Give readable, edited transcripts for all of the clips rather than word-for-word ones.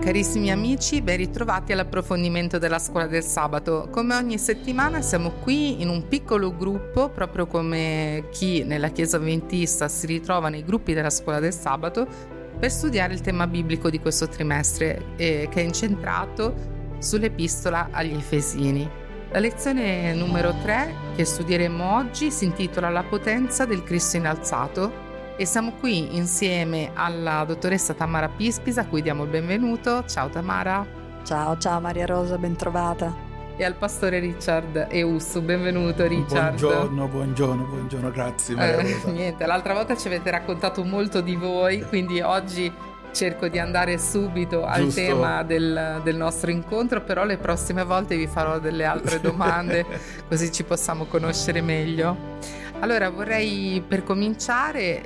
Carissimi amici, ben ritrovati all'approfondimento della Scuola del Sabato. Come ogni settimana siamo qui in un piccolo gruppo, proprio come chi nella Chiesa Adventista si ritrova nei gruppi della Scuola del Sabato, per studiare il tema biblico di questo trimestre, che è incentrato sull'Epistola agli Efesini. La lezione numero 3 che studieremo oggi si intitola La potenza del Cristo innalzato. E siamo qui insieme alla dottoressa Tamara Pispisa, a cui diamo il benvenuto. Ciao Tamara. Ciao Maria Rosa, ben trovata. E al pastore Richard Eussu, benvenuto Richard. Buongiorno, grazie Maria Rosa. Niente, l'altra volta ci avete raccontato molto di voi, quindi oggi cerco di andare subito al tema del nostro incontro, però le prossime volte vi farò delle altre domande così ci possiamo conoscere meglio. Allora vorrei, per cominciare,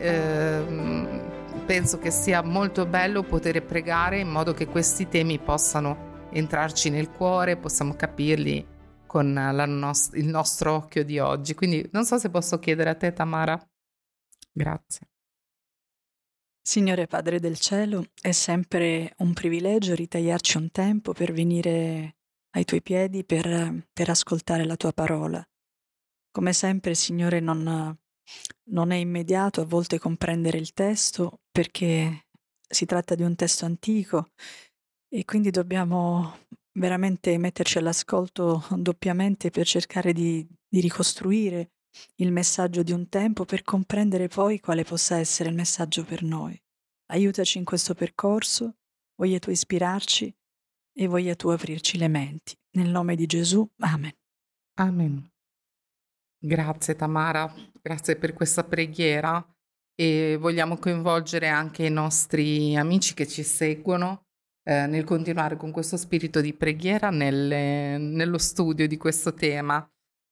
penso che sia molto bello poter pregare in modo che questi temi possano entrarci nel cuore, possiamo capirli con il nostro occhio di oggi. Quindi non so se posso chiedere a te, Tamara. Grazie. Signore Padre del Cielo, è sempre un privilegio ritagliarci un tempo per venire ai tuoi piedi per ascoltare la tua parola. Come sempre, Signore, non è immediato a volte comprendere il testo perché si tratta di un testo antico e quindi dobbiamo veramente metterci all'ascolto doppiamente per cercare di ricostruire il messaggio di un tempo per comprendere poi quale possa essere il messaggio per noi. Aiutaci in questo percorso, voglia tu ispirarci e voglia tu aprirci le menti. Nel nome di Gesù, Amen. Amen. Grazie Tamara, grazie per questa preghiera e vogliamo coinvolgere anche i nostri amici che ci seguono nel continuare con questo spirito di preghiera nello studio di questo tema.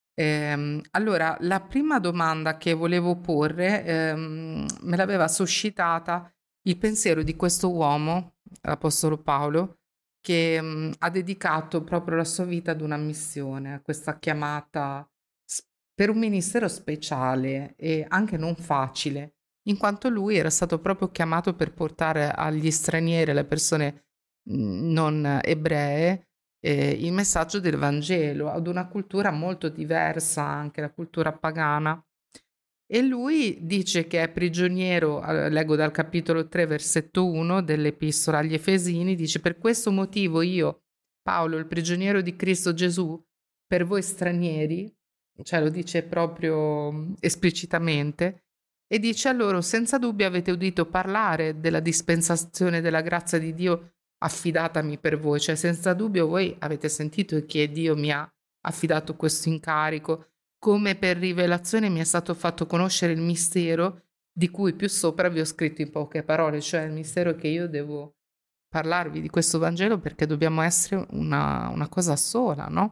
Allora, la prima domanda che volevo porre me l'aveva suscitata il pensiero di questo uomo, l'Apostolo Paolo, che ha dedicato proprio la sua vita ad una missione, a questa chiamata per un ministero speciale e anche non facile, in quanto lui era stato proprio chiamato per portare agli stranieri, alle persone non ebree, il messaggio del Vangelo ad una cultura molto diversa, anche la cultura pagana. E lui dice che è prigioniero, leggo dal capitolo 3, versetto 1 dell'Epistola agli Efesini, dice: per questo motivo io, Paolo, il prigioniero di Cristo Gesù, per voi stranieri, cioè lo dice proprio esplicitamente, e dice a loro: senza dubbio avete udito parlare della dispensazione della grazia di Dio affidatami per voi, cioè senza dubbio voi avete sentito che Dio mi ha affidato questo incarico, come per rivelazione mi è stato fatto conoscere il mistero di cui più sopra vi ho scritto in poche parole, cioè il mistero che io devo parlarvi di questo Vangelo perché dobbiamo essere una cosa sola, no?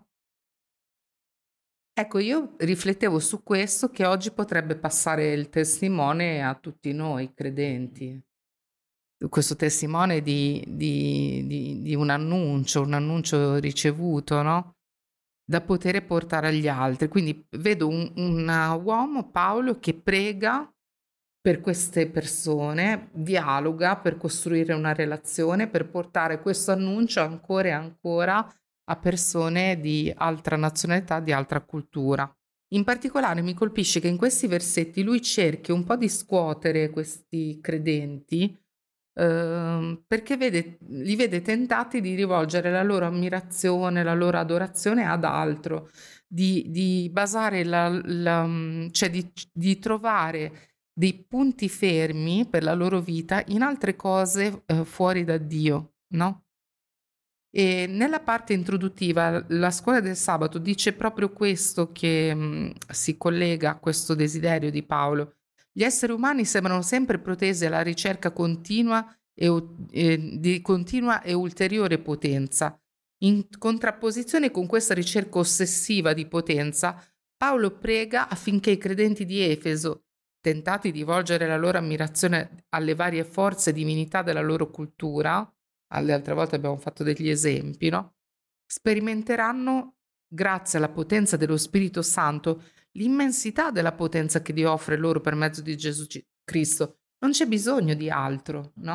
Ecco, io riflettevo su questo, che oggi potrebbe passare il testimone a tutti noi credenti, questo testimone di un annuncio ricevuto, no? Da poter portare agli altri. Quindi vedo un uomo, Paolo, che prega per queste persone, dialoga per costruire una relazione, per portare questo annuncio ancora e ancora a persone di altra nazionalità, di altra cultura. In particolare mi colpisce che in questi versetti lui cerchi un po' di scuotere questi credenti perché li vede tentati di rivolgere la loro ammirazione, la loro adorazione ad altro, di basare cioè di trovare dei punti fermi per la loro vita in altre cose fuori da Dio, no? E nella parte introduttiva la scuola del sabato dice proprio questo, che si collega a questo desiderio di Paolo. Gli esseri umani sembrano sempre protesi alla ricerca continua di continua e ulteriore potenza. In contrapposizione con questa ricerca ossessiva di potenza, Paolo prega affinché i credenti di Efeso, tentati di volgere la loro ammirazione alle varie forze e divinità della loro cultura, alle altre volte abbiamo fatto degli esempi, no? Sperimenteranno, grazie alla potenza dello Spirito Santo, l'immensità della potenza che Dio offre loro per mezzo di Gesù Cristo. Non c'è bisogno di altro, no?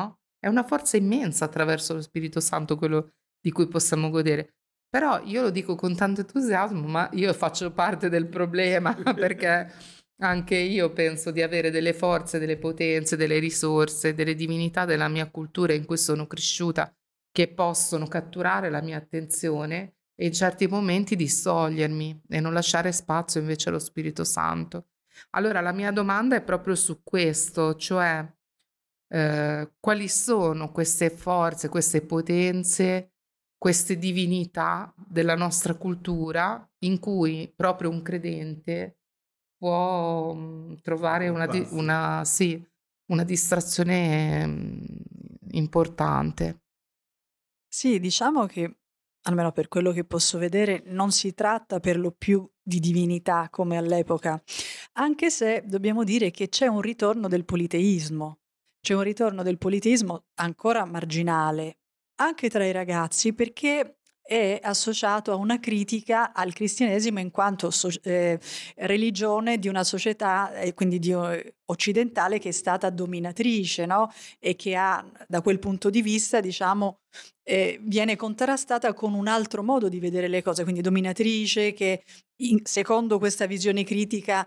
È una forza immensa attraverso lo Spirito Santo quello di cui possiamo godere. Però io lo dico con tanto entusiasmo, ma io faccio parte del problema perché anche io penso di avere delle forze, delle potenze, delle risorse, delle divinità della mia cultura in cui sono cresciuta che possono catturare la mia attenzione e in certi momenti distogliermi e non lasciare spazio invece allo Spirito Santo. Allora la mia domanda è proprio su questo, cioè quali sono queste forze, queste potenze, queste divinità della nostra cultura in cui proprio un credente può, trovare una distrazione, importante. Sì, diciamo che, almeno per quello che posso vedere, non si tratta per lo più di divinità come all'epoca, anche se dobbiamo dire che c'è un ritorno del politeismo. C'è un ritorno del politeismo ancora marginale, anche tra i ragazzi, perché è associato a una critica al cristianesimo in quanto religione di una società, quindi occidentale, che è stata dominatrice, no? E che ha, da quel punto di vista, diciamo, viene contrastata con un altro modo di vedere le cose, quindi dominatrice, che secondo questa visione critica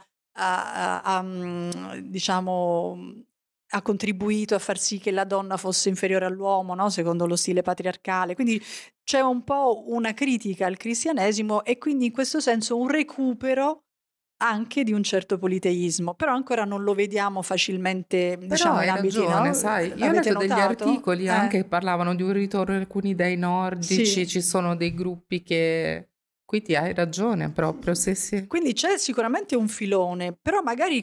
diciamo, ha contribuito a far sì che la donna fosse inferiore all'uomo, no? Secondo lo stile patriarcale. Quindi c'è un po' una critica al cristianesimo e quindi in questo senso un recupero anche di un certo politeismo, però ancora non lo vediamo facilmente, Però diciamo, in hai ambiti, ragione, no? sai, io ho Avete letto degli notato? articoli anche che parlavano di un ritorno di alcuni dei nordici, Sì. ci sono dei gruppi che... Quindi hai ragione proprio, sì, sì. Quindi c'è sicuramente un filone, però magari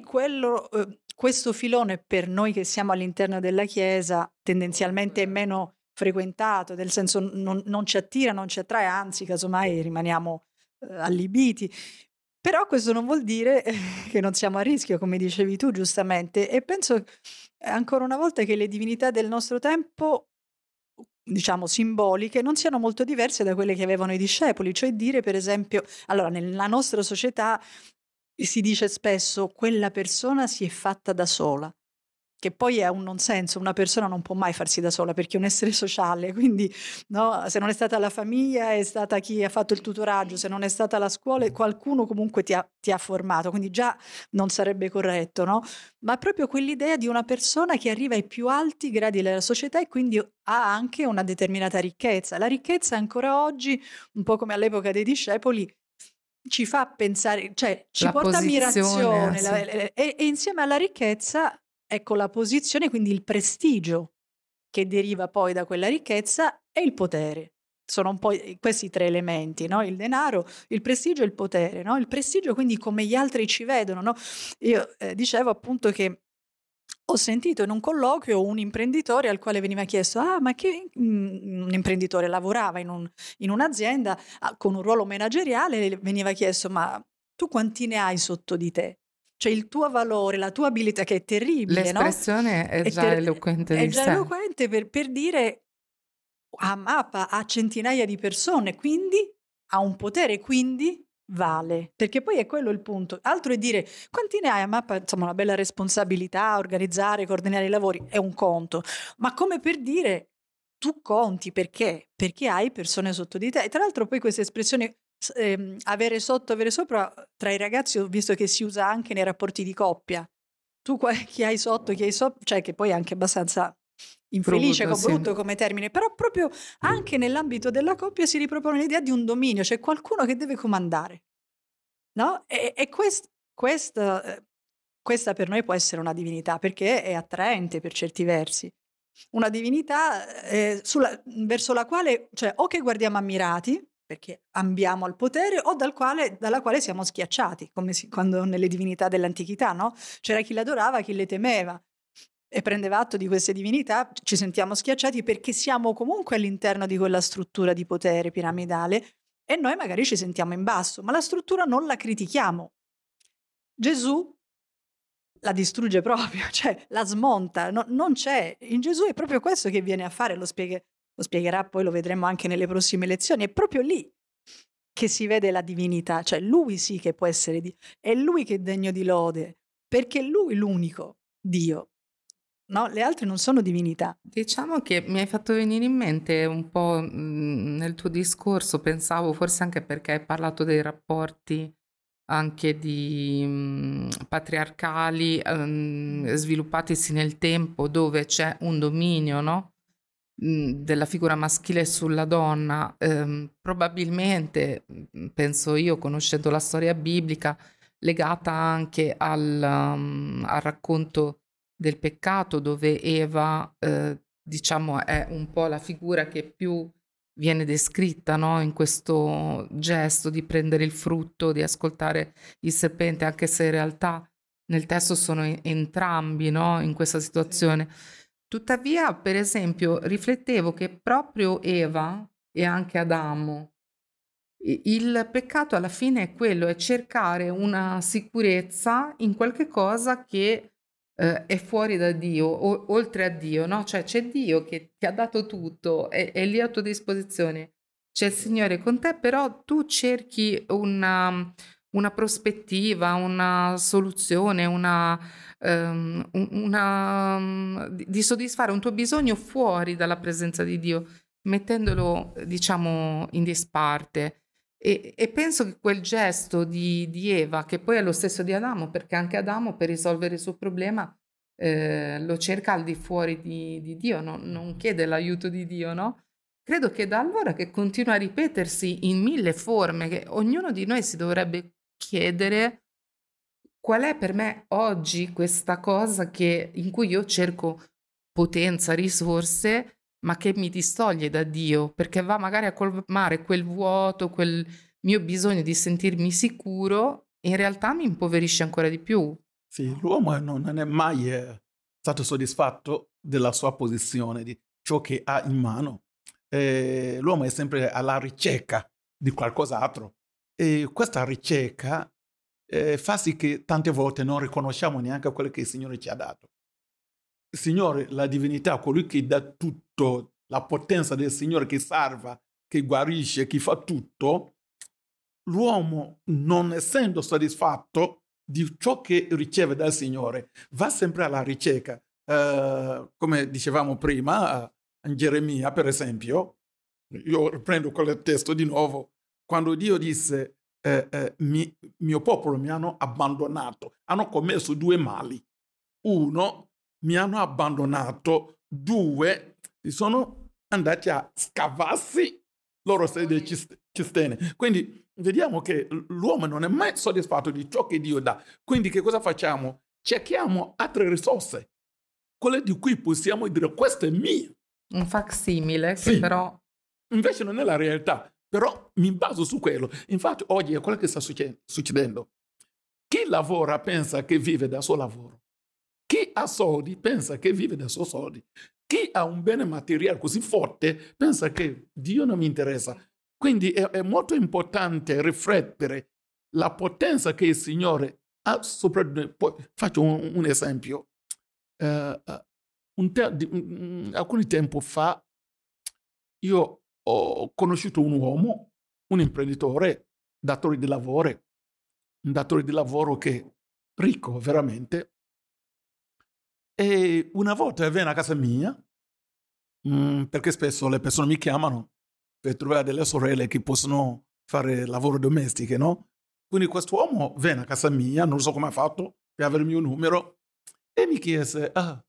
questo filone per noi che siamo all'interno della Chiesa tendenzialmente è meno frequentato, nel senso non ci attira, non ci attrae, anzi casomai rimaniamo allibiti. Però questo non vuol dire che non siamo a rischio, come dicevi tu giustamente, e penso ancora una volta che le divinità del nostro tempo, diciamo simboliche, non siano molto diverse da quelle che avevano i discepoli, cioè dire per esempio, allora nella nostra società si dice spesso quella persona si è fatta da sola, che poi è un non senso, una persona non può mai farsi da sola perché è un essere sociale, quindi no, se non è stata la famiglia, è stata chi ha fatto il tutoraggio, se non è stata la scuola, qualcuno comunque ti ha formato, quindi già non sarebbe corretto, no? Ma proprio quell'idea di una persona che arriva ai più alti gradi della società e quindi ha anche una determinata ricchezza. La ricchezza ancora oggi, un po' come all'epoca dei discepoli, ci fa pensare, cioè ci La porta posizione, ammirazione sì. e insieme alla ricchezza, ecco, la posizione, quindi il prestigio che deriva poi da quella ricchezza e il potere. Sono un po' questi tre elementi, no? Il denaro, il prestigio e il potere, no? Il prestigio quindi come gli altri ci vedono, no? Io dicevo appunto che ho sentito in un colloquio un imprenditore al quale veniva chiesto: "Ah, ma che", un imprenditore lavorava in un'azienda, con un ruolo manageriale, le veniva chiesto: "Ma tu quanti ne hai sotto di te? Cioè il tuo valore, la tua abilità", che è terribile, no, L'espressione è è già eloquente è di già sé. eloquente per dire a mappa ha centinaia di persone, quindi ha un potere, quindi vale. Perché poi è quello il punto. Altro è dire quanti ne hai a mappa, insomma, una bella responsabilità, organizzare, coordinare i lavori, è un conto. Ma come per dire tu conti perché? Perché hai persone sotto di te. E tra l'altro poi questa espressione avere sotto, avere sopra, tra i ragazzi ho visto che si usa anche nei rapporti di coppia. Tu chi hai sotto, chi hai sopra, cioè che poi è anche abbastanza infelice, Brutto, sì. brutto come termine, però proprio anche nell'ambito della coppia si ripropone l'idea di un dominio, c'è qualcuno che deve comandare, no? E questa per noi può essere una divinità perché è attraente per certi versi. Una divinità verso la quale, cioè, o che guardiamo ammirati, perché ambiamo al potere, o dalla quale siamo schiacciati, come quando nelle divinità dell'antichità, no? C'era chi l'adorava, chi le temeva. E prendeva atto di queste divinità, ci sentiamo schiacciati perché siamo comunque all'interno di quella struttura di potere piramidale e noi magari ci sentiamo in basso, ma la struttura non la critichiamo. Gesù la distrugge proprio, cioè la smonta, non c'è. In Gesù è proprio questo che viene a fare, lo spiegherà poi, lo vedremo anche nelle prossime lezioni, è proprio lì che si vede la divinità, cioè lui sì che può essere Dio, è lui che è degno di lode, perché lui è l'unico Dio. no? Le altre non sono divinità. Diciamo che mi hai fatto venire in mente un po', nel tuo discorso, pensavo forse anche perché hai parlato dei rapporti anche patriarcali, sviluppatisi nel tempo, dove c'è un dominio, no, della figura maschile sulla donna. Probabilmente, penso io, conoscendo la storia biblica, legata anche al racconto del peccato, dove Eva, diciamo, è un po' la figura che più viene descritta, no? In questo gesto di prendere il frutto, di ascoltare il serpente, anche se in realtà nel testo sono entrambi, no? In questa situazione. Tuttavia, per esempio, riflettevo che proprio Eva e anche Adamo, il peccato alla fine è quello, è cercare una sicurezza in qualche cosa che è fuori da Dio, oltre a Dio, no? Cioè c'è Dio che ti ha dato tutto, è lì a tua disposizione, c'è il Signore con te, però tu cerchi una prospettiva, una soluzione, di soddisfare un tuo bisogno fuori dalla presenza di Dio, mettendolo, diciamo, in disparte. E penso che quel gesto di Eva, che poi è lo stesso di Adamo, perché anche Adamo per risolvere il suo problema lo cerca al di fuori di Dio, non chiede l'aiuto di Dio, no? Credo che da allora che continua a ripetersi in mille forme, che ognuno di noi si dovrebbe chiedere qual è per me oggi questa cosa in cui io cerco potenza, risorse, ma che mi distoglie da Dio, perché va magari a colmare quel vuoto, quel mio bisogno di sentirmi sicuro, e in realtà mi impoverisce ancora di più. Sì, l'uomo non è mai stato soddisfatto della sua posizione, di ciò che ha in mano. L'uomo è sempre alla ricerca di qualcos'altro e questa ricerca fa sì che tante volte non riconosciamo neanche quello che il Signore ci ha dato. Il Signore, la divinità, colui che dà tutto, la potenza del Signore che salva, che guarisce, che fa tutto, l'uomo, non essendo soddisfatto di ciò che riceve dal Signore, va sempre alla ricerca. Come dicevamo prima, in Geremia, per esempio, io riprendo quel testo di nuovo, quando Dio disse mio popolo mi hanno abbandonato, hanno commesso due mali. Uno, mi hanno abbandonato. Due, si sono andati a scavarsi loro delle cisterne. Quindi vediamo che l'uomo non è mai soddisfatto di ciò che Dio dà. Quindi che cosa facciamo? Cerchiamo altre risorse, quelle di cui possiamo dire questo è mio. Un facsimile Sì. che però... Invece non è la realtà, però mi baso su quello. Infatti oggi è quello che sta succedendo. Chi lavora pensa che vive dal suo lavoro. Chi ha soldi pensa che vive dai suoi soldi. Chi ha un bene materiale così forte pensa che Dio non mi interessa. Quindi è molto importante riflettere la potenza che il Signore ha sopra di noi. Poi faccio un esempio. Alcuni tempo fa io ho conosciuto un uomo, un imprenditore, un datore di lavoro che ricco veramente. E una volta venne a casa mia, perché spesso le persone mi chiamano per trovare delle sorelle che possono fare lavoro domestiche, no? Quindi quest'uomo venne a casa mia, non so come ha fatto per avere il mio numero, e mi chiese,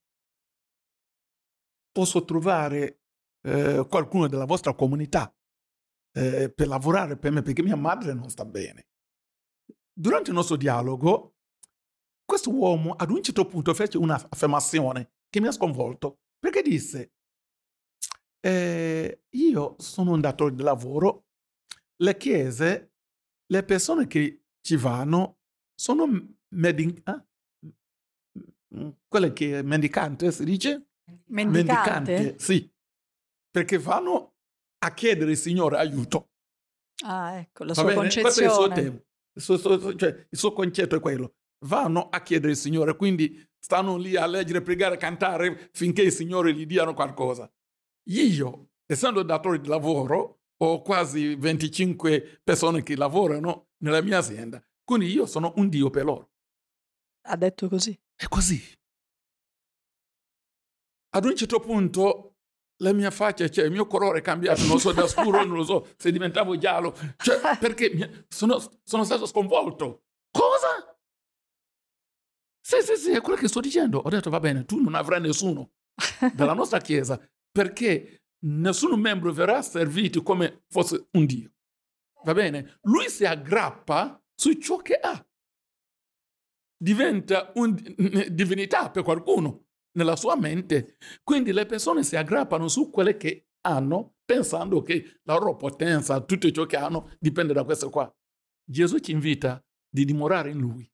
posso trovare qualcuno della vostra comunità per lavorare per me, perché mia madre non sta bene. Durante il nostro dialogo, questo uomo ad un certo punto fece un'affermazione che mi ha sconvolto, perché disse, io sono un datore di lavoro, le chiese, le persone che ci vanno sono quelle che mendicante si dice? Mendicante? Sì, perché vanno a chiedere al Signore aiuto. Ah, ecco, la Va sua bene? Questo è il suo concezione. tema. Cioè, il suo concetto è quello. Vanno a chiedere al Signore, quindi stanno lì a leggere, pregare, cantare finché il Signore gli diano qualcosa. Io, essendo datore di lavoro, ho quasi 25 persone che lavorano nella mia azienda, quindi io sono un Dio per loro. Ha detto così. È così. ad un certo punto la mia faccia, cioè il mio colore è cambiato, non so, da scuro, non lo so, se diventavo giallo, cioè, perché sono stato sconvolto. Cosa? Sì, è quello che sto dicendo. Ho detto, va bene, tu non avrai nessuno della nostra chiesa, perché nessun membro verrà servito come fosse un Dio. Va bene? Lui si aggrappa su ciò che ha. Diventa una divinità per qualcuno nella sua mente. Quindi le persone si aggrappano su quelle che hanno, pensando che la loro potenza, tutto ciò che hanno, dipende da questo qua. Gesù ci invita di dimorare in Lui.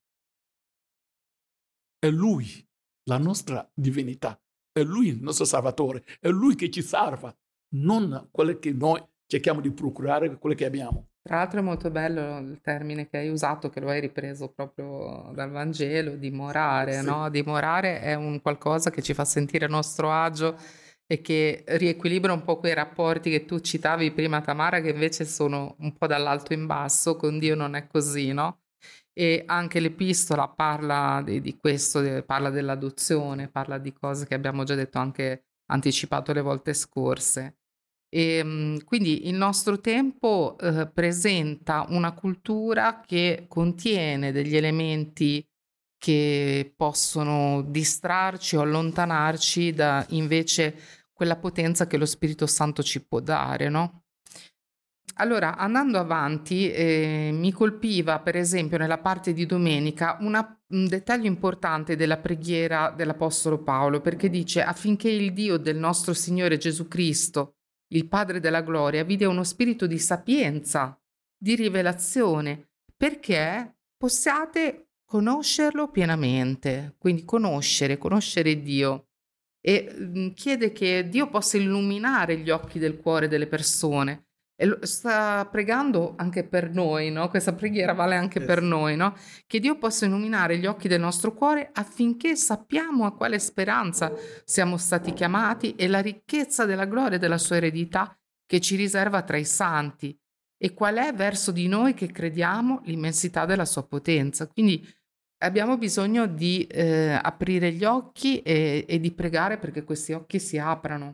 È Lui la nostra divinità, è Lui il nostro Salvatore, è Lui che ci salva, non quelle che noi cerchiamo di procurare, quelle che abbiamo. Tra l'altro è molto bello il termine che hai usato, che lo hai ripreso proprio dal Vangelo, dimorare, Sì. no? Dimorare è un qualcosa che ci fa sentire a nostro agio e che riequilibra un po' quei rapporti che tu citavi prima, Tamara, che invece sono un po' dall'alto in basso, con Dio non è così, no? E anche l'epistola parla di questo, parla dell'adozione, parla di cose che abbiamo già detto, anche anticipato le volte scorse. Quindi il nostro tempo presenta una cultura che contiene degli elementi che possono distrarci o allontanarci da invece quella potenza che lo Spirito Santo ci può dare, no? Allora, andando avanti, mi colpiva per esempio nella parte di domenica un dettaglio importante della preghiera dell'Apostolo Paolo, perché dice affinché il Dio del nostro Signore Gesù Cristo, il Padre della Gloria, vi dia uno spirito di sapienza, di rivelazione, perché possiate conoscerlo pienamente, quindi conoscere Dio. E chiede che Dio possa illuminare gli occhi del cuore delle persone. E sta pregando anche per noi, no? Questa preghiera vale anche per noi, no? Che Dio possa illuminare gli occhi del nostro cuore affinché sappiamo a quale speranza siamo stati chiamati e la ricchezza della gloria della sua eredità che ci riserva tra i santi e qual è verso di noi che crediamo l'immensità della sua potenza. Quindi abbiamo bisogno di aprire gli occhi e di pregare perché questi occhi si aprano.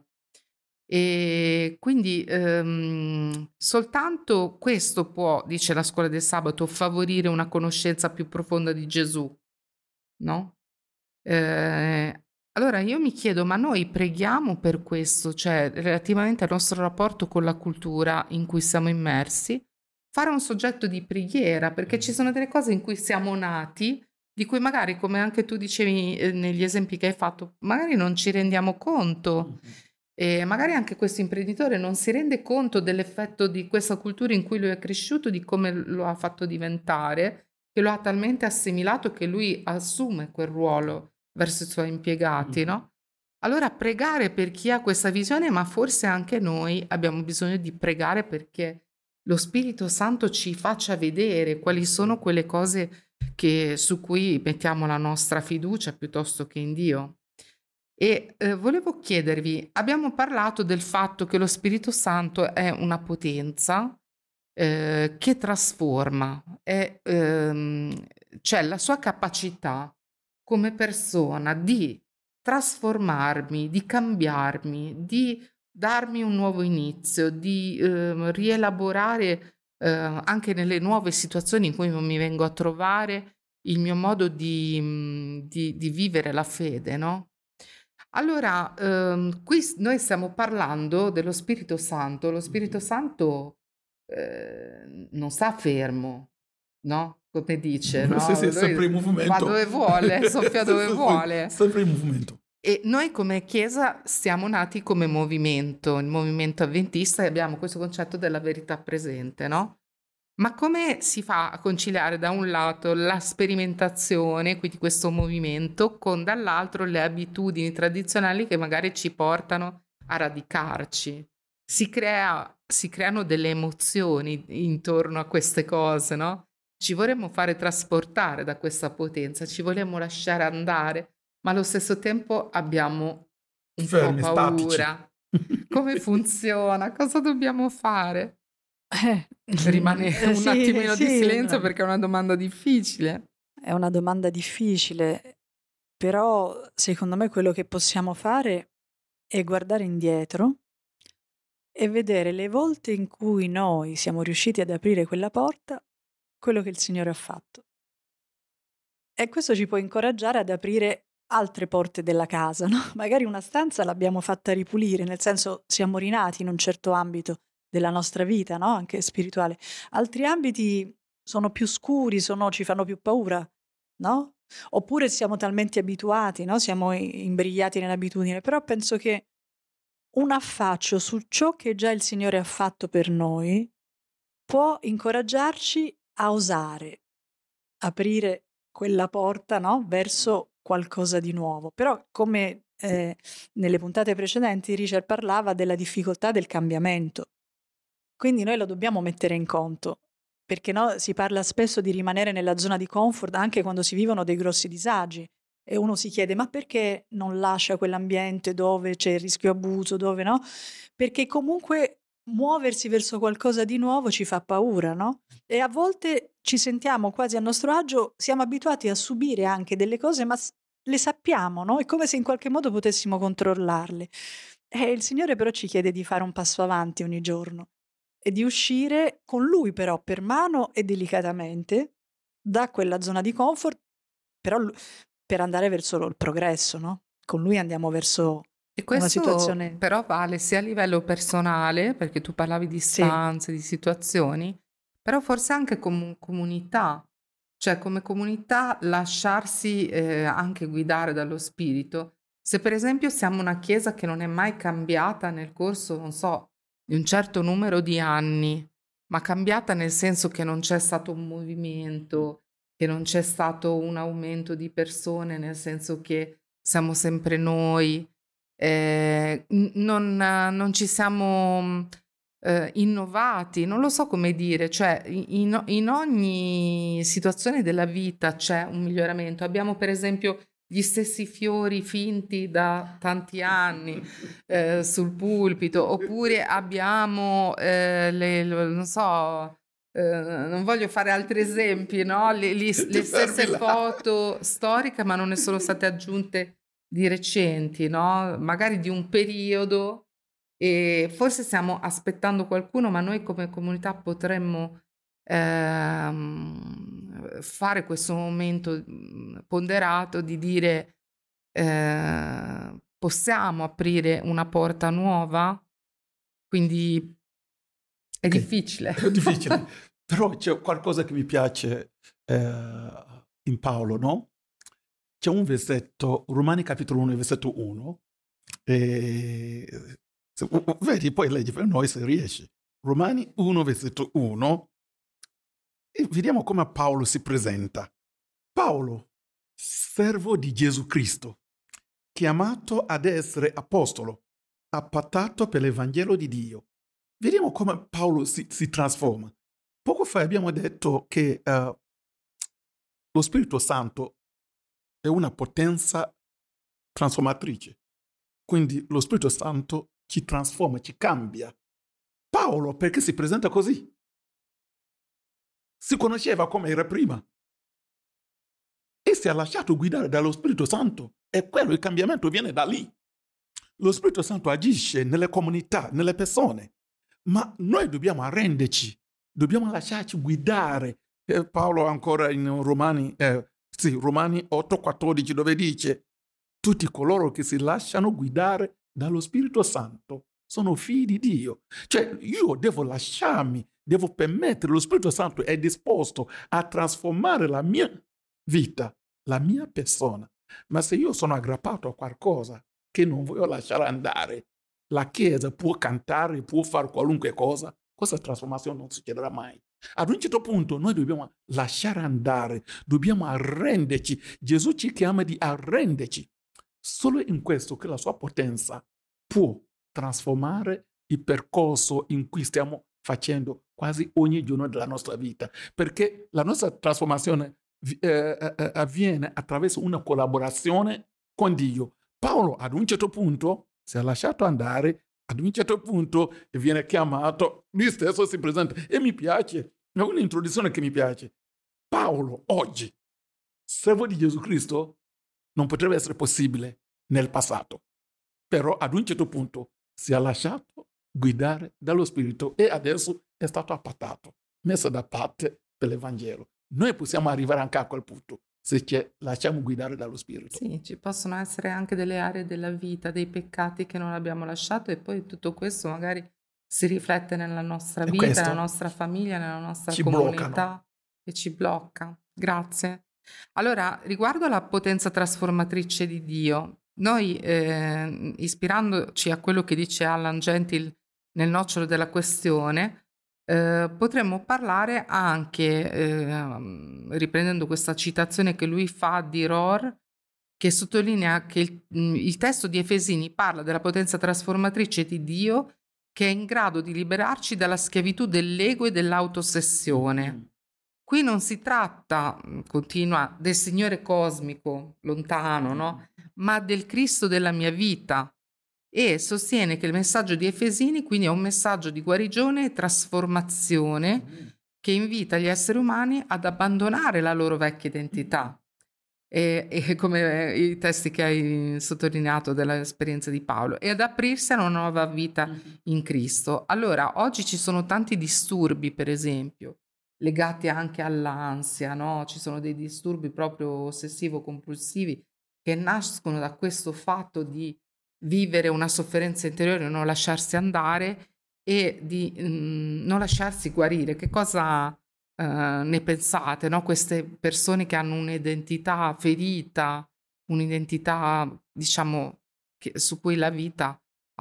E quindi soltanto questo può, dice la scuola del sabato, favorire una conoscenza più profonda di Gesù, no? Allora io mi chiedo, ma noi preghiamo per questo, cioè relativamente al nostro rapporto con la cultura in cui siamo immersi, fare un soggetto di preghiera, perché ci sono delle cose in cui siamo nati, di cui magari, come anche tu dicevi negli esempi che hai fatto, magari non ci rendiamo conto. E magari anche questo imprenditore non si rende conto dell'effetto di questa cultura in cui lui è cresciuto, di come lo ha fatto diventare, che lo ha talmente assimilato che lui assume quel ruolo verso i suoi impiegati, no? Allora pregare per chi ha questa visione, ma forse anche noi abbiamo bisogno di pregare perché lo Spirito Santo ci faccia vedere quali sono quelle cose su cui mettiamo la nostra fiducia piuttosto che in Dio. E volevo chiedervi, abbiamo parlato del fatto che lo Spirito Santo è una potenza che trasforma, c'è la sua capacità come persona di trasformarmi, di cambiarmi, di darmi un nuovo inizio, di rielaborare anche nelle nuove situazioni in cui mi vengo a trovare il mio modo di vivere la fede, no? Allora, qui noi stiamo parlando dello Spirito Santo. Lo Spirito Santo non sta fermo, no? Come dice, no? Sì, è sempre in Lui movimento. va dove vuole, soffia dove vuole. Sempre in movimento. E noi come Chiesa siamo nati come movimento, il movimento avventista, e abbiamo questo concetto della verità presente, no? Ma come si fa a conciliare da un lato la sperimentazione, quindi questo movimento, con dall'altro le abitudini tradizionali che magari ci portano a radicarci? Si creano delle emozioni intorno a queste cose, no? Ci vorremmo fare trasportare da questa potenza, ci vogliamo lasciare andare, ma allo stesso tempo abbiamo un Fermi, po' paura. Come funziona? Cosa dobbiamo fare? Rimane un attimino di silenzio perché è una domanda difficile. È una domanda difficile, però secondo me quello che possiamo fare e guardare indietro e vedere le volte in cui noi siamo riusciti ad aprire quella porta, quello che il Signore ha fatto. E questo ci può incoraggiare ad aprire altre porte della casa, no? Magari una stanza l'abbiamo fatta ripulire, nel senso siamo rinati in un certo ambito della nostra vita, no? Anche spirituale. Altri ambiti sono più scuri, ci fanno più paura, no? Oppure siamo talmente abituati, no? Siamo imbrigliati nell'abitudine, però penso che un affaccio su ciò che già il Signore ha fatto per noi può incoraggiarci a osare aprire quella porta, no, verso qualcosa di nuovo. Però come, nelle puntate precedenti Richard parlava della difficoltà del cambiamento. Quindi noi lo dobbiamo mettere in conto, perché no, si parla spesso di rimanere nella zona di comfort anche quando si vivono dei grossi disagi e uno si chiede: ma perché non lascia quell'ambiente dove c'è il rischio abuso, dove no? Perché comunque muoversi verso qualcosa di nuovo ci fa paura, no? E a volte ci sentiamo quasi a nostro agio, siamo abituati a subire anche delle cose, ma le sappiamo, no? È come se in qualche modo potessimo controllarle. E il Signore però ci chiede di fare un passo avanti ogni giorno e di uscire con Lui però per mano e delicatamente da quella zona di comfort, però per andare verso il progresso, no? Con Lui andiamo verso E una questo situazione... però vale sia a livello personale, perché tu parlavi di Sì, stanze, di situazioni, però forse anche come comunità, cioè come comunità lasciarsi anche guidare dallo spirito. Se per esempio siamo una chiesa che non è mai cambiata nel corso, non so, di un certo numero di anni, ma cambiata nel senso che non c'è stato un movimento, che non c'è stato un aumento di persone, nel senso che siamo sempre noi, non ci siamo, innovati, non lo so come dire, cioè in ogni situazione della vita c'è un miglioramento. Abbiamo per esempio gli stessi fiori finti da tanti anni, sul pulpito, oppure abbiamo, non so, non voglio fare altri esempi, no, le Ti fermi stesse là. foto storiche, ma non ne sono state aggiunte di recenti, no, magari di un periodo, e forse stiamo aspettando qualcuno, ma noi come comunità potremmo fare questo momento ponderato di dire possiamo aprire una porta nuova, quindi è Ok, difficile. è difficile. Però c'è qualcosa che mi piace in Paolo, no? C'è un versetto, Romani capitolo 1, versetto 1, e, vedi, poi leggi per noi se riesci. Romani 1, versetto 1, e vediamo come Paolo si presenta. Paolo, servo di Gesù Cristo, chiamato ad essere apostolo, appatato per l'Evangelo di Dio. Vediamo come Paolo si trasforma. Poco fa abbiamo detto che lo Spirito Santo è una potenza trasformatrice. Quindi lo Spirito Santo ci trasforma, ci cambia. Paolo, perché si presenta così? Si conosceva come era prima e si è lasciato guidare dallo Spirito Santo. E quello, il cambiamento viene da lì. Lo Spirito Santo agisce nelle comunità, nelle persone, ma noi dobbiamo arrenderci, dobbiamo lasciarci guidare. Paolo ancora in Romani 8,14 dove dice: tutti coloro che si lasciano guidare dallo Spirito Santo sono figli di Dio. Cioè io devo lasciarmi, devo permettere, lo Spirito Santo è disposto a trasformare la mia vita, la mia persona. Ma se io sono aggrappato a qualcosa che non voglio lasciare andare, la Chiesa può cantare, può fare qualunque cosa, questa trasformazione non succederà mai. Ad un certo punto noi dobbiamo lasciare andare, dobbiamo arrenderci. Gesù ci chiama di arrenderci. Solo in questo che la sua potenza può trasformare il percorso in cui stiamo facendo quasi ogni giorno della nostra vita, perché la nostra trasformazione avviene attraverso una collaborazione con Dio. Paolo ad un certo punto si è lasciato andare, ad un certo punto viene chiamato, lui stesso si presenta e mi piace, è un'introduzione che mi piace. Paolo oggi, servo di Gesù Cristo, non potrebbe essere possibile nel passato. però ad un certo punto si è lasciato guidare dallo Spirito e adesso è stato appatato, messo da parte per l'Evangelo. Noi possiamo arrivare anche a quel punto se ci lasciamo guidare dallo Spirito. Sì, ci possono essere anche delle aree della vita, dei peccati che non abbiamo lasciato e poi tutto questo magari si riflette nella nostra E vita, nella questo nostra famiglia, nella nostra ci bloccano. comunità e ci blocca. Grazie. Allora, riguardo alla potenza trasformatrice di Dio, noi ispirandoci a quello che dice Alan Gentil nel nocciolo della questione, potremmo parlare anche, riprendendo questa citazione che lui fa di Rohr, che sottolinea che il testo di Efesini parla della potenza trasformatrice di Dio che è in grado di liberarci dalla schiavitù dell'ego e dell'autosessione. Qui non si tratta, continua, del Signore cosmico, lontano, no? Ma del Cristo della mia vita. E sostiene che il messaggio di Efesini quindi è un messaggio di guarigione e trasformazione che invita gli esseri umani ad abbandonare la loro vecchia identità. E come i testi che hai sottolineato dell'esperienza di Paolo, e ad aprirsi a una nuova vita in Cristo. Allora, oggi ci sono tanti disturbi, per esempio, legati anche all'ansia, no? Ci sono dei disturbi proprio ossessivo-compulsivi che nascono da questo fatto di vivere una sofferenza interiore, non lasciarsi andare e di non lasciarsi guarire. Che cosa ne pensate, no? Queste persone che hanno un'identità ferita, un'identità, diciamo, su cui la vita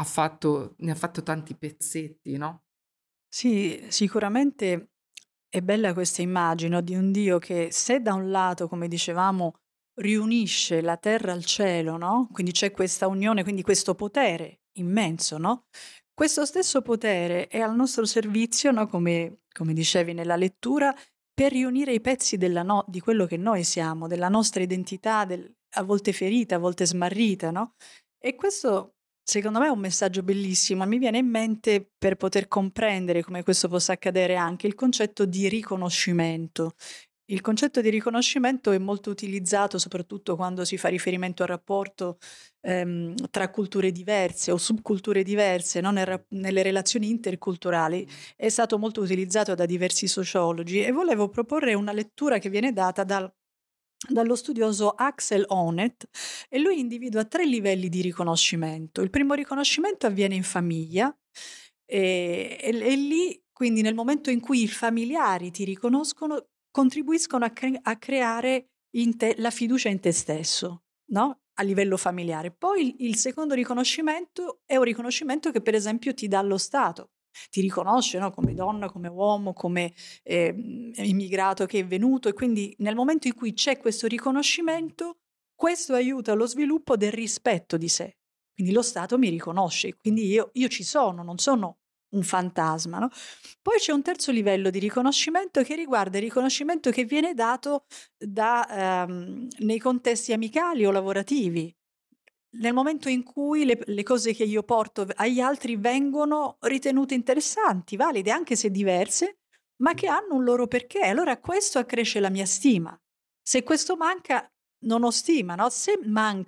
ne ha fatto tanti pezzetti, no? Sì, sicuramente è bella questa immagine, no, di un Dio che se da un lato, come dicevamo, riunisce la terra al cielo, no? Quindi c'è questa unione, quindi questo potere immenso, no? Questo stesso potere è al nostro servizio, no? Come dicevi nella lettura, per riunire i pezzi di quello che noi siamo, della nostra identità, a volte ferita, a volte smarrita, no? E questo secondo me è un messaggio bellissimo. Mi viene in mente, per poter comprendere come questo possa accadere, anche il concetto di riconoscimento. Il concetto di riconoscimento è molto utilizzato soprattutto quando si fa riferimento al rapporto tra culture diverse o subculture diverse, no? Nelle relazioni interculturali. È stato molto utilizzato da diversi sociologi e volevo proporre una lettura che viene data dallo studioso Axel Honneth, e lui individua 3 livelli di riconoscimento. Il primo riconoscimento avviene in famiglia e lì, quindi nel momento in cui i familiari ti riconoscono, contribuiscono a creare in te la fiducia in te stesso, no? A livello familiare. Poi il secondo riconoscimento è un riconoscimento che per esempio ti dà lo Stato. Ti riconosce, no? Come donna, come uomo, come immigrato che è venuto, e quindi nel momento in cui c'è questo riconoscimento, questo aiuta allo sviluppo del rispetto di sé. Quindi lo Stato mi riconosce, quindi io ci sono, non sono un fantasma, no? Poi c'è un terzo livello di riconoscimento che riguarda il riconoscimento che viene dato nei contesti amicali o lavorativi. Nel momento in cui le cose che io porto agli altri vengono ritenute interessanti, valide, anche se diverse, ma che hanno un loro perché. Allora questo accresce la mia stima. Se questo manca, non ho stima, no? Se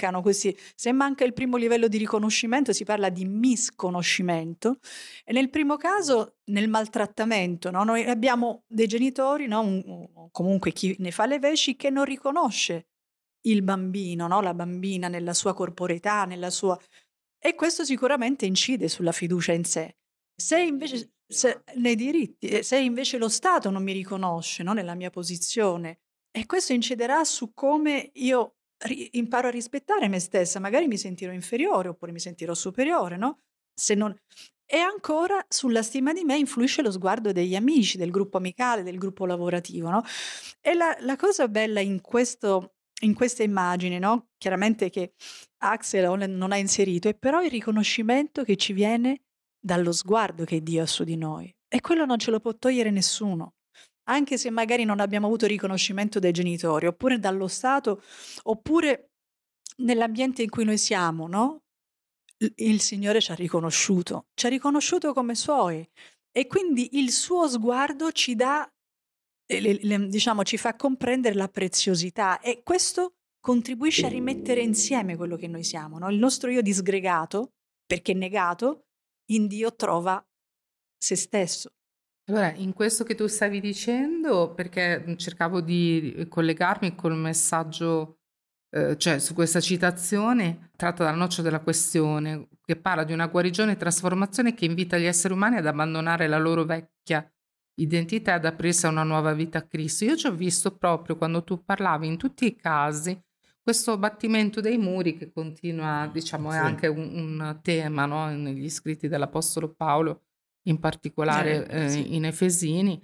manca il primo livello di riconoscimento, si parla di misconoscimento, e nel primo caso, nel maltrattamento, no? Noi abbiamo dei genitori, no? O comunque chi ne fa le veci, che non riconosce il bambino, no? La bambina nella sua corporeità, e questo sicuramente incide sulla fiducia in sé. Se invece nei diritti, se invece lo Stato non mi riconosce, no? Nella mia posizione, e questo inciderà su come io imparo a rispettare me stessa, magari mi sentirò inferiore oppure mi sentirò superiore, no? Se non... E ancora sulla stima di me influisce lo sguardo degli amici, del gruppo amicale, del gruppo lavorativo, no? E la cosa bella in queste immagini, no? Chiaramente che Axel non ha inserito, è però il riconoscimento che ci viene dallo sguardo che Dio ha su di noi. E quello non ce lo può togliere nessuno. Anche se magari non abbiamo avuto riconoscimento dai genitori, oppure dallo Stato, oppure nell'ambiente in cui noi siamo, no? Il Signore ci ha riconosciuto come suoi, e quindi il suo sguardo ci dà, diciamo, ci fa comprendere la preziosità, e questo contribuisce a rimettere insieme quello che noi siamo, no? Il nostro io disgregato, perché negato, in Dio trova se stesso. Allora, in questo che tu stavi dicendo, perché cercavo di collegarmi col messaggio, cioè su questa citazione tratta dal noccio della questione, che parla di una guarigione e trasformazione che invita gli esseri umani ad abbandonare la loro vecchia identità e ad aprirsi a una nuova vita a Cristo. Io ci ho visto proprio quando tu parlavi in tutti i casi questo battimento dei muri che continua, diciamo, è Sì. anche un tema, no? Negli scritti dell'Apostolo Paolo, in particolare Sì. in Efesini,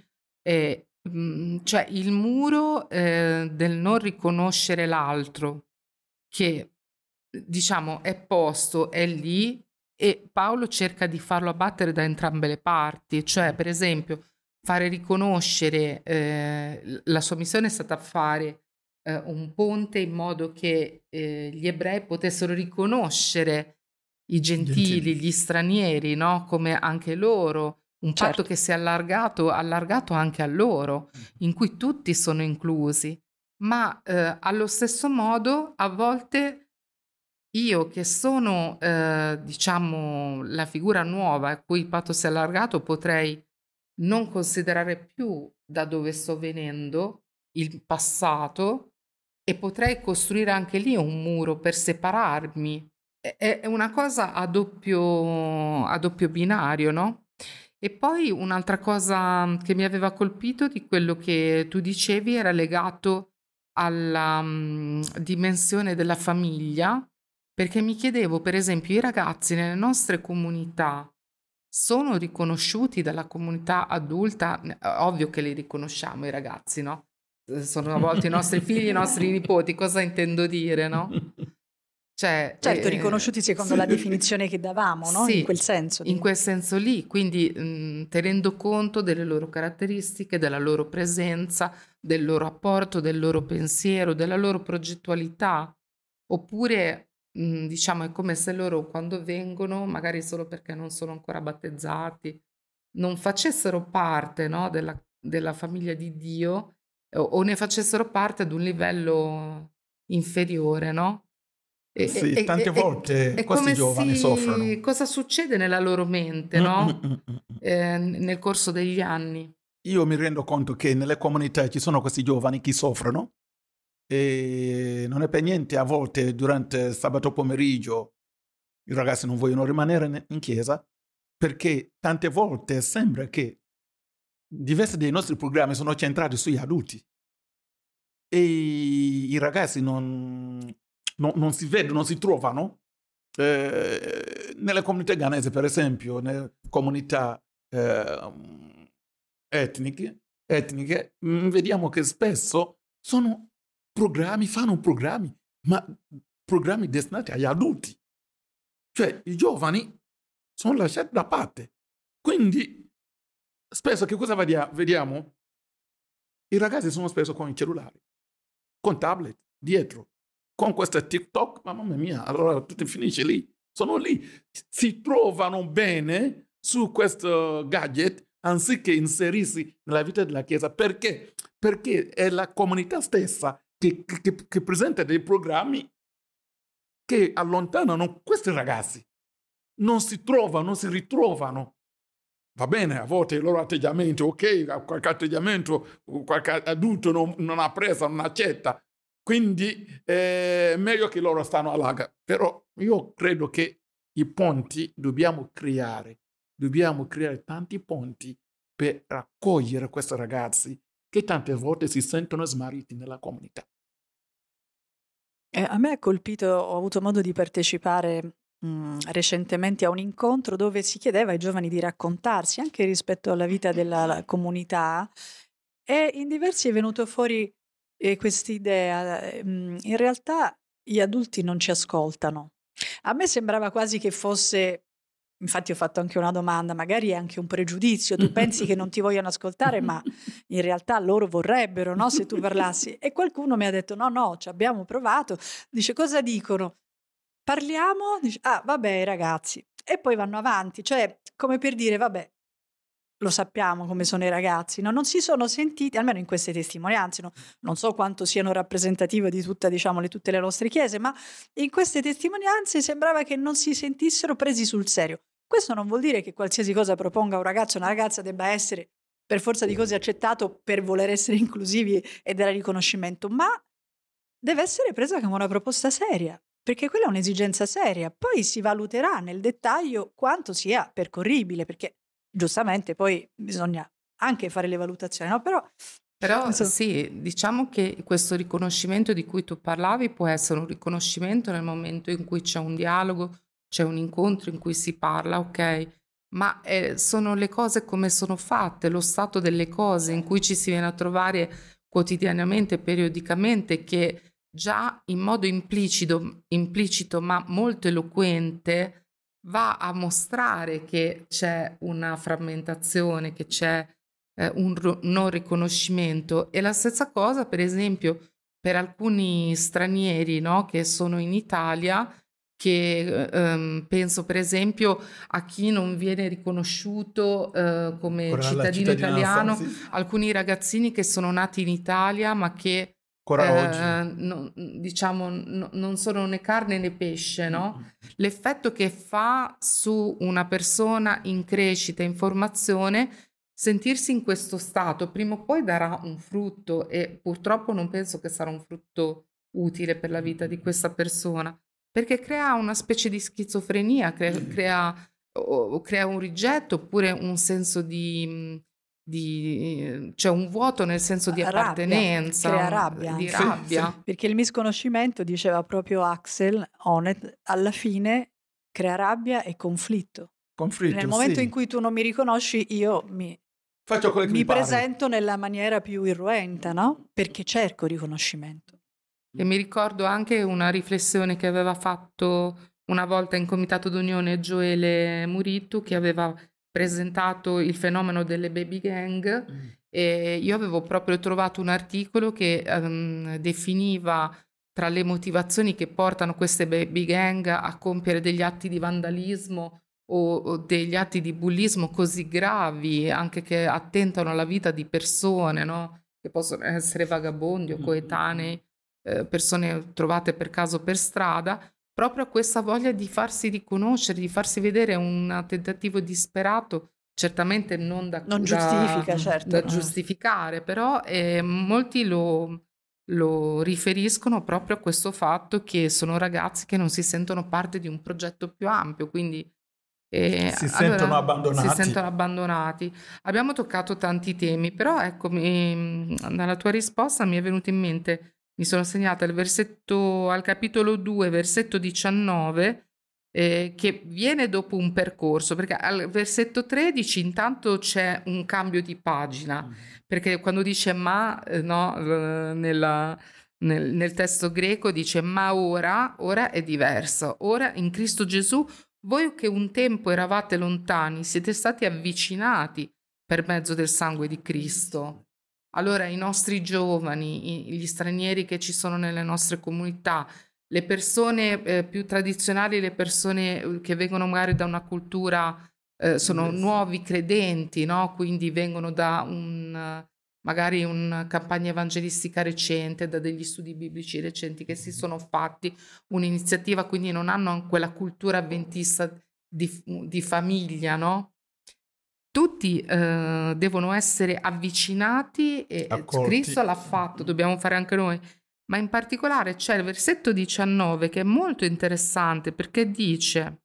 cioè il muro del non riconoscere l'altro, che diciamo è posto, è lì, e Paolo cerca di farlo abbattere da entrambe le parti, cioè per esempio fare riconoscere, la sua missione è stata fare un ponte in modo che gli ebrei potessero riconoscere i gentili, gli stranieri, no? Come anche loro, un patto Certo. che si è allargato anche a loro, in cui tutti sono inclusi, ma allo stesso modo a volte io che sono, diciamo, la figura nuova a cui il patto si è allargato, potrei non considerare più da dove sto venendo, il passato, e potrei costruire anche lì un muro per separarmi. È una cosa a doppio binario, no? E poi un'altra cosa che mi aveva colpito di quello che tu dicevi era legato alla dimensione della famiglia, perché mi chiedevo, per esempio, i ragazzi nelle nostre comunità sono riconosciuti dalla comunità adulta? Ovvio che li riconosciamo i ragazzi, no? Sono a volte i nostri figli, i nostri nipoti, cosa intendo dire, no? Cioè, Certo, riconosciuti secondo la definizione che davamo, no? In sì, quel senso. in quel senso lì, quindi tenendo conto delle loro caratteristiche, della loro presenza, del loro apporto, del loro pensiero, della loro progettualità, oppure diciamo è come se loro quando vengono, magari solo perché non sono ancora battezzati, non facessero parte, no, della famiglia di Dio, o ne facessero parte ad un livello inferiore, no? Sì, tante volte È questi come giovani soffrono. cosa succede nella loro mente, no? Nel corso degli anni. Io mi rendo conto che nelle comunità ci sono questi giovani che soffrono e non è per niente a volte durante sabato pomeriggio i ragazzi non vogliono rimanere in chiesa perché tante volte sembra che diversi dei nostri programmi sono centrati sugli adulti e i ragazzi non si vedono, non si trovano. Nelle comunità ghanesi, per esempio, nelle comunità etniche, vediamo che spesso fanno programmi, ma programmi destinati agli adulti. Cioè i giovani sono lasciati da parte. Quindi spesso che cosa vediamo? I ragazzi sono spesso con i cellulari, con tablet, dietro, con questa TikTok, mamma mia, allora tutto finisce lì. Sono lì, si trovano bene su questo gadget anziché inserirsi nella vita della Chiesa. Perché? Perché è la comunità stessa che presenta dei programmi che allontanano questi ragazzi. Non si trovano, non si ritrovano. Va bene, a volte il loro atteggiamento, ok, qualche atteggiamento, qualche adulto non apprezza, non accetta. Quindi è meglio che loro stanno a larga. Però io credo che i ponti dobbiamo creare tanti ponti per raccogliere questi ragazzi che tante volte si sentono smarriti nella comunità. A me ha colpito, ho avuto modo di partecipare recentemente a un incontro dove si chiedeva ai giovani di raccontarsi anche rispetto alla vita della comunità e in diversi è venuto fuori quest'idea. In realtà gli adulti non ci ascoltano. A me sembrava quasi che fosse, infatti ho fatto anche una domanda, magari è anche un pregiudizio, tu pensi che non ti vogliano ascoltare, ma in realtà loro vorrebbero, no? Se tu parlassi. E qualcuno mi ha detto no, ci abbiamo provato. Dice, cosa dicono? Parliamo? Dice, ah, vabbè, ragazzi. E poi vanno avanti, cioè come per dire, vabbè, lo sappiamo come sono i ragazzi, no? Non si sono sentiti, almeno in queste testimonianze, no? Non so quanto siano rappresentative di tutte le nostre chiese, ma in queste testimonianze sembrava che non si sentissero presi sul serio. Questo non vuol dire che qualsiasi cosa proponga un ragazzo o una ragazza debba essere per forza di cose accettato per voler essere inclusivi e dare riconoscimento, ma deve essere presa come una proposta seria, perché quella è un'esigenza seria. Poi si valuterà nel dettaglio quanto sia percorribile, perché giustamente poi bisogna anche fare le valutazioni, no? Però sì, diciamo che questo riconoscimento di cui tu parlavi può essere un riconoscimento nel momento in cui c'è un dialogo, c'è un incontro in cui si parla, ok? Ma sono le cose come sono fatte, lo stato delle cose in cui ci si viene a trovare quotidianamente, periodicamente, che già in modo implicito ma molto eloquente va a mostrare che c'è una frammentazione, che c'è un non riconoscimento. E la stessa cosa, per esempio, per alcuni stranieri, no, che sono in Italia, che penso per esempio a chi non viene riconosciuto come cittadino italiano, alcuni ragazzini che sono nati in Italia ma che non sono né carne né pesce, no? L'effetto che fa su una persona in crescita, in formazione, sentirsi in questo stato prima o poi darà un frutto, e purtroppo non penso che sarà un frutto utile per la vita di questa persona, perché crea una specie di schizofrenia, crea un rigetto, oppure un senso cioè un vuoto nel senso di appartenenza, crea rabbia, di rabbia. Sì. Perché il misconoscimento, diceva proprio Axel Honneth, alla fine crea rabbia e conflitto. Nel momento in cui tu non mi riconosci, io faccio quello che mi presento nella maniera più irruenta, no? Perché cerco riconoscimento. E mi ricordo anche una riflessione che aveva fatto una volta in Comitato d'Unione Gioele Murittu, che aveva presentato il fenomeno delle baby gang, e io avevo proprio trovato un articolo che definiva tra le motivazioni che portano queste baby gang a compiere degli atti di vandalismo o degli atti di bullismo così gravi, anche che attentano alla vita di persone, no? Che possono essere vagabondi o coetanei, persone trovate per caso per strada, proprio questa voglia di farsi riconoscere, di farsi vedere, un tentativo disperato, certamente non giustifica, certo, da giustificare, però molti lo riferiscono proprio a questo fatto che sono ragazzi che non si sentono parte di un progetto più ampio, quindi sentono abbandonati. Si sentono abbandonati. Abbiamo toccato tanti temi, però ecco, dalla tua risposta mi è venuto in mente, mi sono segnata al capitolo 2, versetto 19, che viene dopo un percorso, perché al versetto 13 intanto c'è un cambio di pagina, perché quando dice ma, no, nel testo greco dice ma ora è diverso, ora in Cristo Gesù voi che un tempo eravate lontani siete stati avvicinati per mezzo del sangue di Cristo. Allora i nostri giovani, gli stranieri che ci sono nelle nostre comunità, le persone più tradizionali, le persone che vengono magari da una cultura, sono nuovi credenti, no? Quindi vengono da magari una campagna evangelistica recente, da degli studi biblici recenti che si sono fatti, un'iniziativa, quindi non hanno quella cultura avventista di famiglia, no? Tutti devono essere avvicinati, e Cristo l'ha fatto, dobbiamo fare anche noi, ma in particolare c'è il versetto 19 che è molto interessante, perché dice,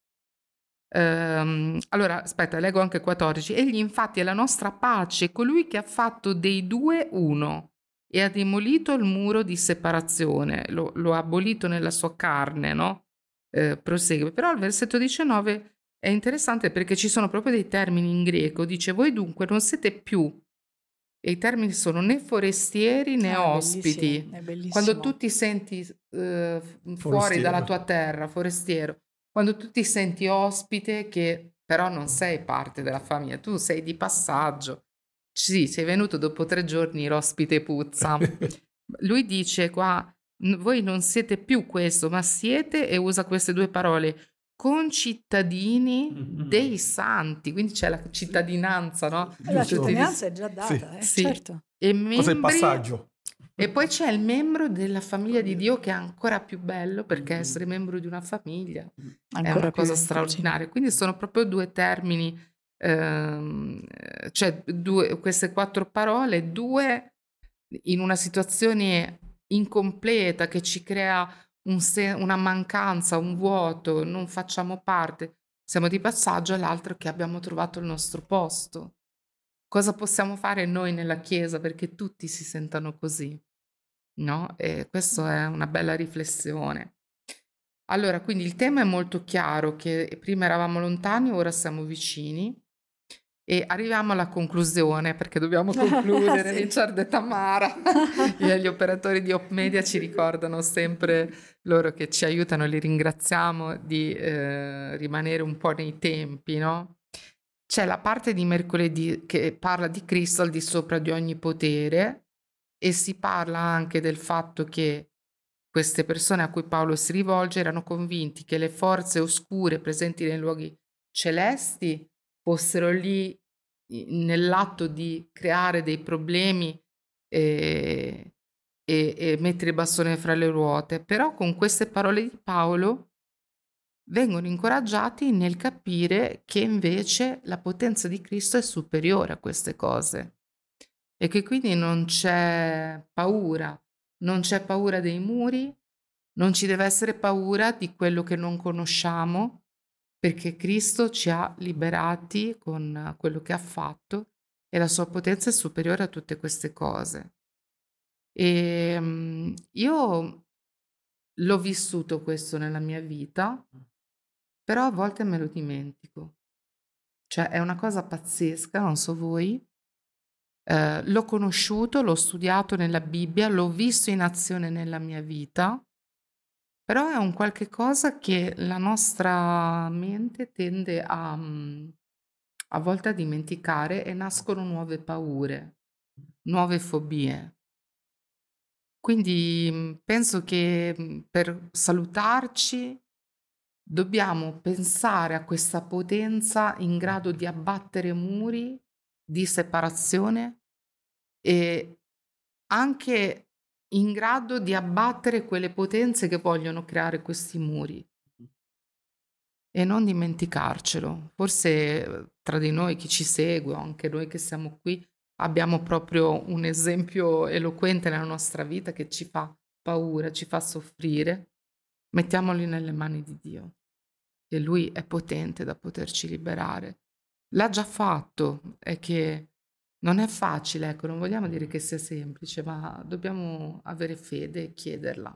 allora aspetta, leggo anche 14, egli infatti è la nostra pace, colui che ha fatto dei due uno e ha demolito il muro di separazione, lo ha abolito nella sua carne, no? Prosegue, però il versetto 19 è interessante perché ci sono proprio dei termini in greco, dice voi dunque non siete più, e i termini sono né forestieri né ospiti. Bellissimo. Quando tu ti senti fuori dalla tua terra, forestiero, quando tu ti senti ospite, che però non sei parte della famiglia, tu sei di passaggio. Sì, sei venuto dopo 3 giorni, l'ospite puzza. Lui dice qua, voi non siete più questo, ma siete, e usa queste due parole, concittadini dei santi, quindi c'è la cittadinanza, no? La cittadinanza è già data, sì. certo. E membri, cos'è il passaggio? E poi c'è il membro della famiglia di Dio, che è ancora più bello, perché essere membro di una famiglia è una cosa straordinaria. Quindi sono proprio due termini, cioè queste 4 parole, 2 in una situazione incompleta che ci crea una mancanza, un vuoto, non facciamo parte, siamo di passaggio, e l'altro che abbiamo trovato il nostro posto. Cosa possiamo fare noi nella Chiesa perché tutti si sentano così, no? E questa è una bella riflessione. Allora, quindi il tema è molto chiaro, che prima eravamo lontani, ora siamo vicini. E arriviamo alla conclusione, perché dobbiamo concludere. Sì. Richard e Tamara, gli operatori di Hope Media, ci ricordano sempre, loro che ci aiutano, li ringraziamo, di rimanere un po' nei tempi, no? C'è la parte di mercoledì che parla di Cristo al di sopra di ogni potere, e si parla anche del fatto che queste persone a cui Paolo si rivolge erano convinti che le forze oscure presenti nei luoghi celesti fossero lì nell'atto di creare dei problemi e mettere il bastone fra le ruote. Però con queste parole di Paolo vengono incoraggiati nel capire che invece la potenza di Cristo è superiore a queste cose, e che quindi non c'è paura dei muri, non ci deve essere paura di quello che non conosciamo, perché Cristo ci ha liberati con quello che ha fatto, e la sua potenza è superiore a tutte queste cose. E io l'ho vissuto questo nella mia vita, però a volte me lo dimentico. Cioè è una cosa pazzesca, non so voi. L'ho conosciuto, l'ho studiato nella Bibbia, l'ho visto in azione nella mia vita, però è un qualche cosa che la nostra mente tende a volte a dimenticare, e nascono nuove paure, nuove fobie. Quindi penso che per salutarci dobbiamo pensare a questa potenza in grado di abbattere muri di separazione, e anche in grado di abbattere quelle potenze che vogliono creare questi muri, e non dimenticarcelo. Forse tra di noi, chi ci segue, o anche noi che siamo qui, abbiamo proprio un esempio eloquente nella nostra vita che ci fa paura, ci fa soffrire. Mettiamoli nelle mani di Dio, e Lui è potente da poterci liberare. L'ha già fatto, è che non è facile, ecco, non vogliamo dire che sia semplice, ma dobbiamo avere fede e chiederla.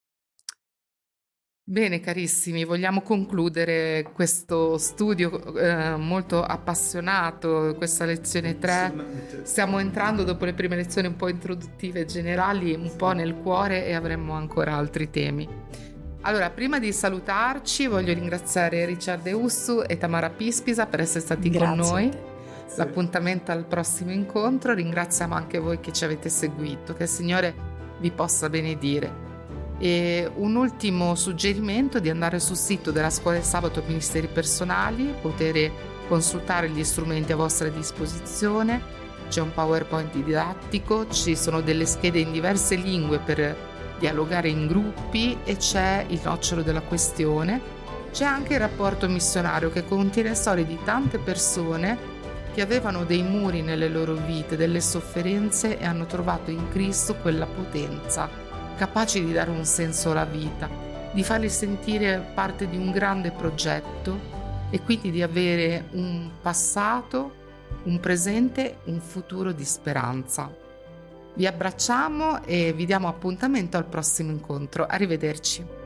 Bene, carissimi, vogliamo concludere questo studio molto appassionato, questa lezione 3. Stiamo entrando, dopo le prime lezioni un po' introduttive e generali, un po' nel cuore, e avremo ancora altri temi. Allora, prima di salutarci, voglio ringraziare Richard Eussu e Tamara Pispisa per essere stati con noi. L'appuntamento al prossimo incontro. Ringraziamo anche voi che ci avete seguito. Che il Signore vi possa benedire. E un ultimo suggerimento: di andare sul sito della Scuola del Sabato Ministeri Personali, poter consultare gli strumenti a vostra disposizione. C'è un PowerPoint didattico, ci sono delle schede in diverse lingue per dialogare in gruppi, e c'è il nocciolo della questione. C'è anche il rapporto missionario, che contiene storie di tante persone che avevano dei muri nelle loro vite, delle sofferenze, e hanno trovato in Cristo quella potenza capace di dare un senso alla vita, di farli sentire parte di un grande progetto, e quindi di avere un passato, un presente, un futuro di speranza. Vi abbracciamo e vi diamo appuntamento al prossimo incontro. Arrivederci.